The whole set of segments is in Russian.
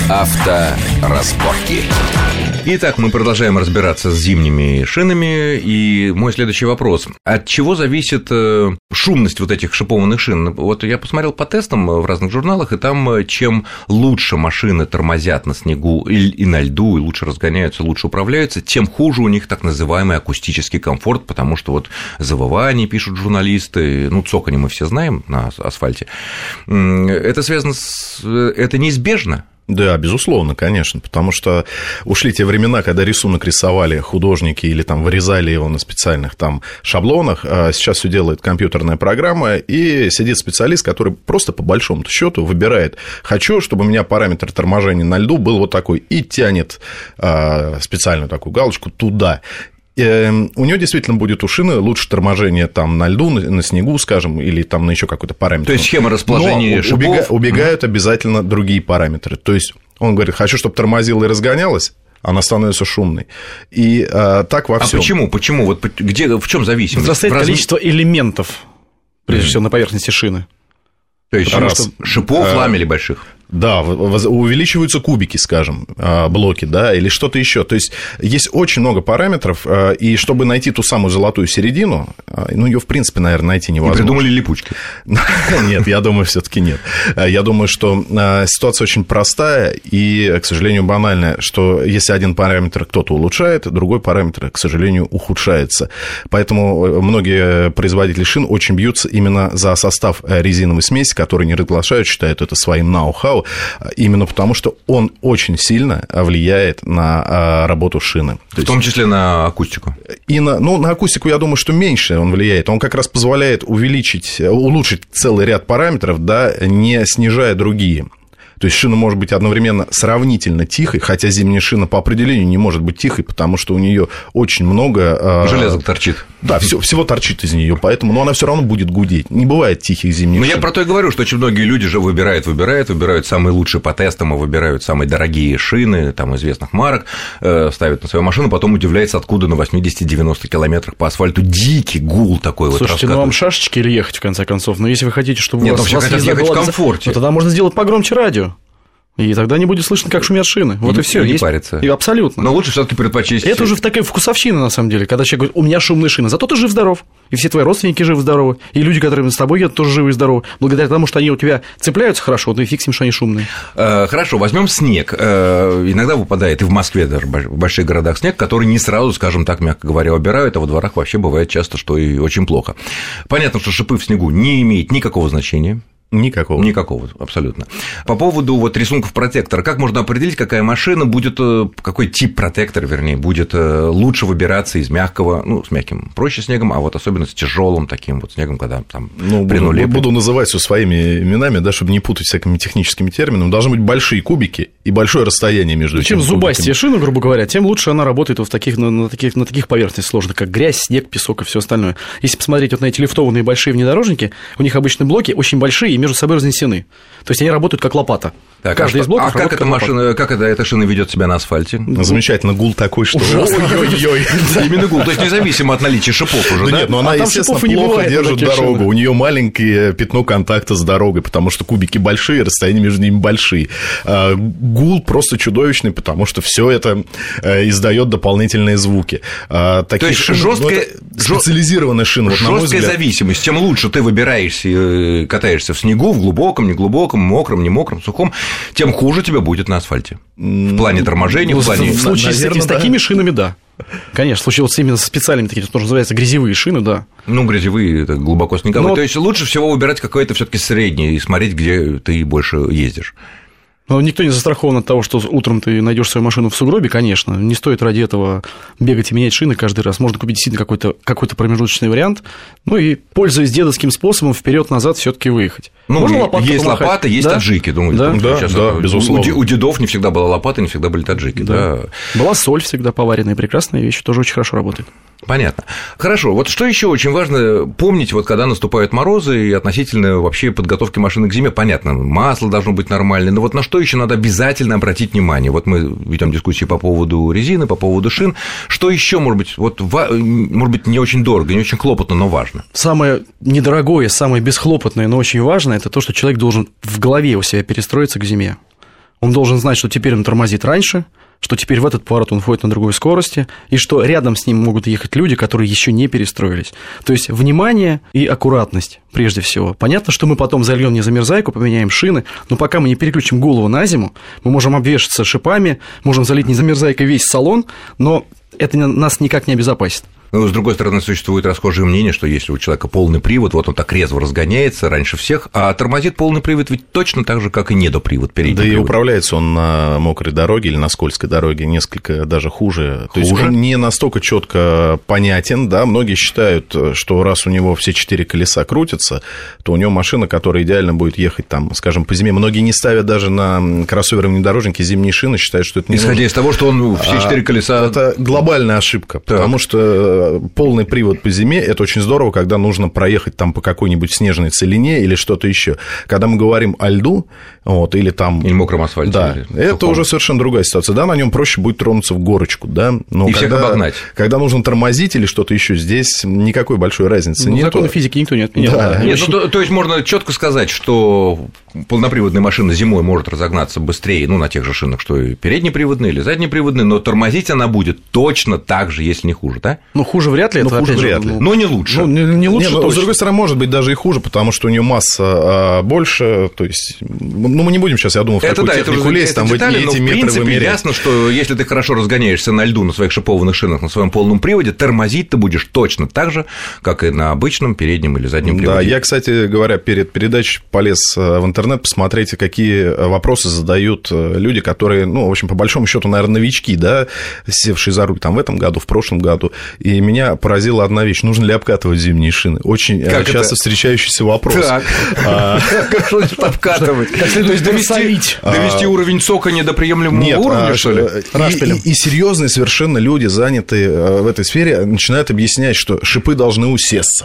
Авторазборки. Итак, мы продолжаем разбираться с зимними шинами. И мой следующий вопрос. От чего зависит шумность вот этих шипованных шин? Вот я посмотрел по тестам в разных журналах, и там чем лучше машины тормозят на снегу и на льду, и лучше разгоняются, лучше управляются, тем хуже у них так называемый акустический комфорт, потому что вот завывание, пишут журналисты, ну, цоканье мы все знаем на асфальте. Это связано с... Это неизбежно? Да, безусловно, конечно, потому что ушли те времена, когда рисунок рисовали художники или там вырезали его на специальных там шаблонах, а сейчас все делает компьютерная программа, и сидит специалист, который просто по большому счету выбирает: хочу, чтобы у меня параметр торможения на льду был вот такой, и тянет специальную такую галочку туда. У него действительно будет у шины лучше торможение там на льду, на снегу, скажем, или там на еще какой-то параметр. То есть схема расположения шипов... убегают обязательно другие параметры. То есть он говорит: хочу, чтобы тормозила и разгонялась, она становится шумной. И так во всем. А почему? Вот где, в чем зависимость? Возрастает количество элементов, прежде всего, на поверхности шины. То есть шипов, ламелей больших. Да, увеличиваются кубики, скажем, блоки, да, или что-то еще. То есть есть очень много параметров, и чтобы найти ту самую золотую середину, ну, ее в принципе, наверное, найти невозможно. И придумали липучки? Нет, я думаю, все-таки нет. Я думаю, что ситуация очень простая и, к сожалению, банальная, что если один параметр кто-то улучшает, другой параметр, к сожалению, ухудшается. Поэтому многие производители шин очень бьются именно за состав резиновой смеси, который не разглашают, считают это своим ноу-хау, именно потому, что он очень сильно влияет на работу шины. В том числе на акустику? И на акустику, я думаю, что меньше он влияет. Он как раз позволяет улучшить целый ряд параметров, да, не снижая другие. То есть шина может быть одновременно сравнительно тихой, хотя зимняя шина по определению не может быть тихой, потому что у нее очень много... Железок торчит. Да, всего торчит из нее, поэтому, но она все равно будет гудеть. Не бывает тихих зимних шин. Но я про то и говорю, что очень многие люди же выбирают самые лучшие по тестам, выбирают самые дорогие шины, там, известных марок, ставят на свою машину, потом удивляются, откуда на 80-90 километрах по асфальту дикий гул такой. Слушайте, ну вам шашечки или ехать, в конце концов? Но если вы хотите, чтобы у вас ехать в комфорте, то тогда можно сделать погромче радио. И тогда не будет слышно, как шумят шины. Вот и все. Не париться. И абсолютно. Но лучше все-таки предпочесть. Это уже такая вкусовщина, на самом деле, когда человек говорит: у меня шумные шины, зато ты жив-здоров. И все твои родственники живы-здоровы. И люди, которые с тобой едут, тоже живы и здоровы. Благодаря тому, что они у тебя цепляются хорошо, ну и фиг с ним, что они шумные. Хорошо, возьмем снег. Иногда выпадает и в Москве даже, в больших городах снег, который не сразу, скажем так, мягко говоря, убирают, а во дворах вообще бывает часто, что и очень плохо. Понятно, что шипы в снегу не имеют никакого значения. Никакого, абсолютно. По поводу вот рисунков протектора, как можно определить, какая машина будет, какой тип протектора, вернее, будет лучше выбираться из мягкого, ну, с мягким проще снегом, а вот особенно с тяжелым таким вот снегом, когда там при нуле. Буду называть все своими именами, да, чтобы не путать всякими техническими терминами. Должны быть большие кубики и большое расстояние между этими кубиками. Чем зубастее шина, грубо говоря, тем лучше она работает вот на таких поверхностях сложных, как грязь, снег, песок и все остальное. Если посмотреть вот на эти лифтованные большие внедорожники, у них обычно блоки очень большие и между собой разнесены. То есть они работают как лопата. Так, каждый из блоков. А как эта шина ведет себя на асфальте? Замечательно, гул такой, что... Ой-ой-ой. Именно гул, то есть независимо от наличия шипов уже, да? Нет, но она, естественно, плохо держит дорогу. У нее маленькое пятно контакта с дорогой, потому что кубики большие, расстояния между ними большие. Гул просто чудовищный, потому что все это издает дополнительные звуки. То есть жесткая специализированная шина. Жесткая зависимость. Чем лучше ты выбираешься и катаешься в снегу, в глубоком, неглубоком, мокром, не мокром, сухом, тем хуже тебе будет на асфальте. В плане торможения, в плане... В случае с такими шинами, да. Конечно, в случае вот именно со специальными такими, что называется грязевые шины, да. Ну, грязевые – это глубоко снеговые. То есть лучше всего выбирать какое-то все-таки среднее и смотреть, где ты больше ездишь. Но никто не застрахован от того, что утром ты найдешь свою машину в сугробе, конечно. Не стоит ради этого бегать и менять шины каждый раз. Можно купить действительно какой-то промежуточный вариант. Ну и, пользуясь дедовским способом, вперед-назад все-таки выехать. Ну, есть лопата, есть таджики. Думаю, да, безусловно. У дедов не всегда была лопата, не всегда были таджики. Да. Была соль всегда поваренная, прекрасная вещь, тоже очень хорошо работает. Понятно. Хорошо. Вот что еще очень важно помнить, вот когда наступают морозы и относительно вообще подготовки машины к зиме, понятно, масло должно быть нормальное, но вот на что еще надо обязательно обратить внимание? Вот мы ведем дискуссии по поводу резины, по поводу шин. Что еще, может быть, не очень дорого, не очень хлопотно, но важно? Самое недорогое, самое бесхлопотное, но очень важное – это то, что человек должен в голове у себя перестроиться к зиме. Он должен знать, что теперь он тормозит раньше, что теперь в этот поворот он входит на другой скорости, и что рядом с ним могут ехать люди, которые еще не перестроились. То есть внимание и аккуратность прежде всего. Понятно, что мы потом зальем незамерзайку, поменяем шины, но пока мы не переключим голову на зиму, мы можем обвешаться шипами, можем залить незамерзайкой весь салон, но это нас никак не обезопасит. Но, с другой стороны, существует расхожее мнение, что если у человека полный привод, вот он так резво разгоняется раньше всех, а тормозит полный привод ведь точно так же, как и недопривод, передний да привод. И управляется он на мокрой дороге или на скользкой дороге несколько даже хуже. То есть он не настолько четко понятен, да, многие считают, что раз у него все 4 колеса крутятся, то у него машина, которая идеально будет ехать там, скажем, по зиме. Многие не ставят даже на кроссоверы внедорожники зимние шины, считают, что это не исходя из того, что он все 4 колеса... Это глобальная ошибка, потому что полный привод по зиме – это очень здорово, когда нужно проехать там по какой-нибудь снежной целине или что-то еще. Когда мы говорим о льду, вот, или там… Или мокром асфальте. Да, это уже совершенно другая ситуация. Да, на нем проще будет тронуться в горочку, да. Но и всех обогнать. Когда нужно тормозить или что-то еще, здесь никакой большой разницы нет. Законы физики никто не отменял. Да. Нет, то есть можно четко сказать, что полноприводная машина зимой может разогнаться быстрее, ну, на тех же шинах, что и переднеприводные или заднеприводные, но тормозить она будет точно так же, если не хуже, да? Ну, хуже вряд ли. Хуже вряд ли. Но не лучше. Ну, не лучше, с другой стороны, может быть, даже и хуже, потому что у нее масса больше, то есть, ну, мы не будем сейчас, я думаю, в это, какую да, технику это лезть, там в эти детали, но, метры в принципе, вымерять. ясно, что если ты хорошо разгоняешься на льду на своих шипованных шинах, на своем полном приводе, тормозить ты будешь точно так же, как и на обычном переднем или заднем приводе. Да, я, кстати говоря, перед передачей полез в интернет, посмотрите, какие вопросы задают люди, которые, ну, в общем, по большому счету, наверное, новички, да, севшие за руль там в этом году, в прошлом году, и меня поразила одна вещь: нужно ли обкатывать зимние шины? Очень часто встречающийся вопрос. Так, как значит обкатывать? То есть довести уровень цокания до приемлемого уровня, что ли? И серьезные совершенно люди, занятые в этой сфере, начинают объяснять, что шипы должны усесться.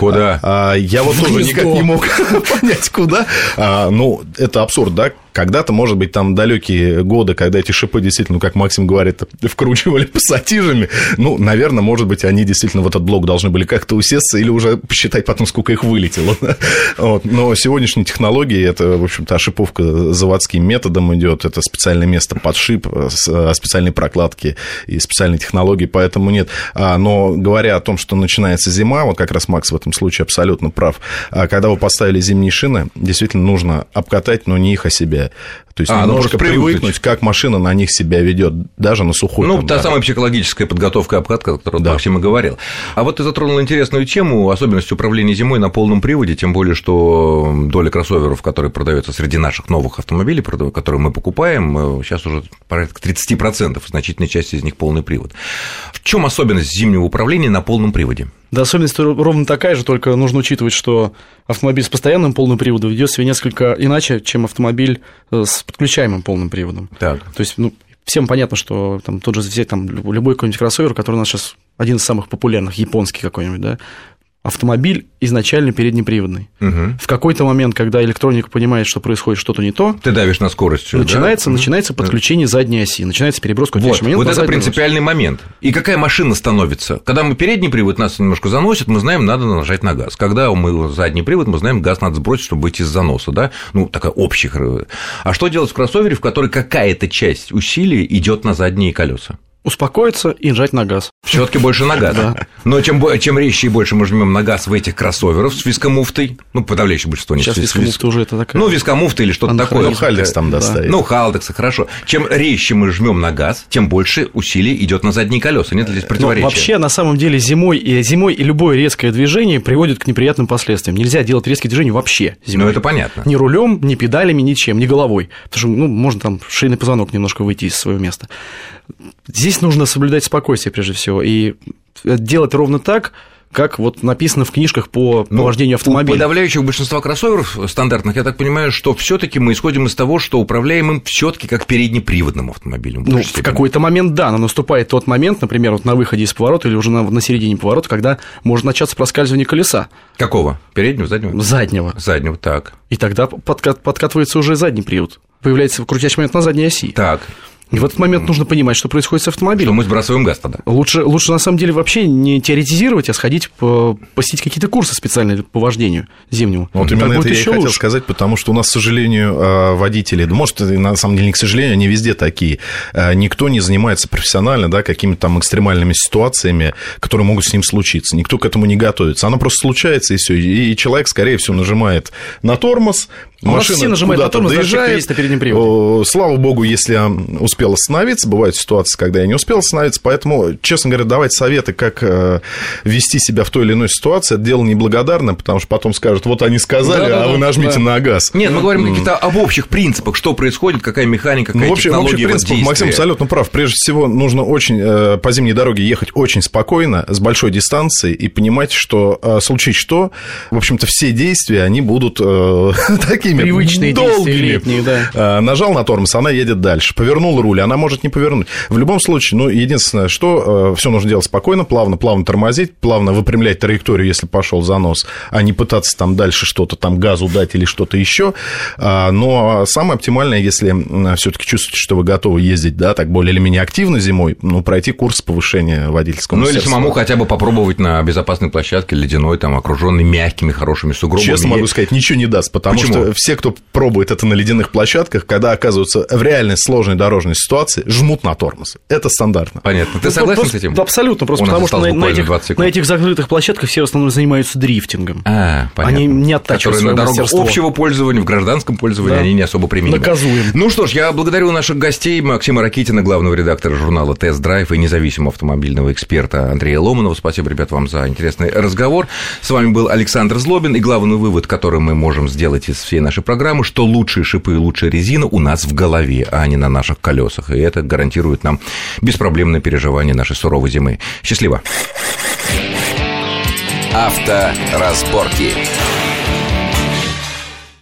Куда? Я вот тоже никак не мог понять, куда. Ну, это абсурд, да? Когда-то, может быть, там далекие годы, когда эти шипы действительно, как Максим говорит, вкручивали пассатижами, ну, наверное, может быть, они действительно в этот блок должны были как-то усесться или уже посчитать потом, сколько их вылетело. Вот. Но сегодняшние технологии, это, в общем-то, ошиповка заводским методом идет, это специальное место под шип, специальные прокладки и специальные технологии, поэтому нет. Но говоря о том, что начинается зима, вот как раз Макс в этом случае абсолютно прав, когда вы поставили зимние шины, действительно нужно обкатать, но не их, а себя. То есть немножко привыкнуть, как машина на них себя ведет, даже на сухой. Ну, та самая психологическая подготовка и обкатка, о которой Максим и говорил. А вот ты затронул интересную тему, особенность управления зимой на полном приводе, тем более, что доля кроссоверов, которые продаются среди наших новых автомобилей, которые мы покупаем, сейчас уже порядка 30%, значительная часть из них полный привод. В чем особенность зимнего управления на полном приводе? Да, особенность ровно такая же, только нужно учитывать, что автомобиль с постоянным полным приводом ведет себя несколько иначе, чем автомобиль с подключаемым полным приводом. Так. То есть, ну, всем понятно, что там тот же взять там любой какой-нибудь кроссовер, который у нас сейчас один из самых популярных, японский какой-нибудь, да, автомобиль изначально переднеприводный. Угу. В какой-то момент, когда электроника понимает, что происходит что-то не то, ты давишь на скорость, начинается подключение задней оси, начинается переброска в момент. Вот это принципиальный момент. И какая машина становится? Когда мы передний привод, нас немножко заносит, мы знаем, надо нажать на газ. Когда мы задний привод, мы знаем, газ надо сбросить, чтобы выйти из заноса, да? Ну, такая общая. А что делать в кроссовере, в которой какая-то часть усилий идет на задние колеса? Успокоиться и нажать на газ. Все-таки больше на газ. Да. Но чем резче и больше мы жмем на газ в этих кроссоверах с вискомуфтой, ну, подавляющее большинство не сейчас вискомуфта уже это такая. Ну, вискомуфта или что-то такое. Ну, Халдекс там доставит. Ну, Халдекс, хорошо. Чем резче мы жмем на газ, тем больше усилий идет на задние колеса. Нет ли здесь противоречия? Вообще, на самом деле, зимой и любое резкое движение приводит к неприятным последствиям. Нельзя делать резкие движения вообще зимой. Ну, это понятно. Ни рулем, ни педалями, ничем, ни головой. Потому что, ну, можно там шейный позвонок немножко выйти из своего места. Здесь нужно соблюдать спокойствие, прежде всего, и делать ровно так, как вот написано в книжках по вождению автомобиля. У подавляющего большинства кроссоверов стандартных, я так понимаю, что все-таки мы исходим из того, что управляем им все-таки как переднеприводным автомобилем. Ну, в какой-то момент, да, но наступает тот момент, например, вот на выходе из поворота или уже на середине поворота, когда может начаться проскальзывание колеса. Какого? Переднего, заднего? Заднего, так. И тогда подкатывается уже задний привод. Появляется крутящий момент на задней оси. Так. И в этот момент нужно понимать, что происходит с автомобилем. Что мы сбрасываем газ тогда. Лучше на самом деле вообще не теоретизировать, а сходить посетить какие-то курсы специальные по вождению зимнему. Вот именно это я и хотел сказать, потому что у нас, к сожалению, водители, может, на самом деле не к сожалению, они везде такие, никто не занимается профессионально, да, какими-то там экстремальными ситуациями, которые могут с ним случиться. Никто к этому не готовится. Оно просто случается, и все. И человек, скорее всего, нажимает на тормоз, машина куда-то доезжает. На переднем приводе. Слава богу, если я успел остановиться. Бывают ситуации, когда я не успел остановиться. Поэтому, честно говоря, давать советы, как вести себя в той или иной ситуации, это дело неблагодарное, потому что потом скажут, вот они сказали, вы нажмите на газ. Нет, мы говорим какие-то об общих принципах, что происходит, какая механика, какая технология воздействия. Максим абсолютно прав. Прежде всего, нужно очень по зимней дороге ехать очень спокойно, с большой дистанцией, и понимать, что случись что, в общем-то, все действия, они будут такими привычные, долгими. Летние, да. Нажал на тормоз, она едет дальше. Повернул руль, она может не повернуть. В любом случае, единственное, что все нужно делать спокойно, плавно тормозить, плавно выпрямлять траекторию, если пошел занос, а не пытаться там дальше что-то там газу дать или что-то еще. Но самое оптимальное, если все-таки чувствуете, что вы готовы ездить, да, так более или менее активно зимой, пройти курс повышения водительского мастерства. Или самому хотя бы попробовать на безопасной площадке ледяной, там, окруженной мягкими, хорошими сугробами. Честно могу сказать, ничего не даст, потому что все, кто пробует это на ледяных площадках, когда оказываются в реальной сложной дорожной ситуации, жмут на тормоз. Это стандартно. Понятно. Ты согласен с этим? Да, абсолютно. Просто потому что на этих закрытых площадках все в основном занимаются дрифтингом. Понятно. Они не оттачивают свое мастерство. На дорогах общего пользования, в гражданском пользовании они не особо применимы. Наказуем. Ну что ж, я благодарю наших гостей: Максима Ракитина, главного редактора журнала «Тест-драйв», и независимого автомобильного эксперта Андрея Ломанова. Спасибо, ребят, вам за интересный разговор. С вами был Александр Злобин, и главный вывод, который мы можем сделать из всей нашей программы, что лучшие шипы и лучшая резина у нас в голове, а не на наших колесах. И это гарантирует нам беспроблемное переживание нашей суровой зимы. Счастливо! Авторазборки.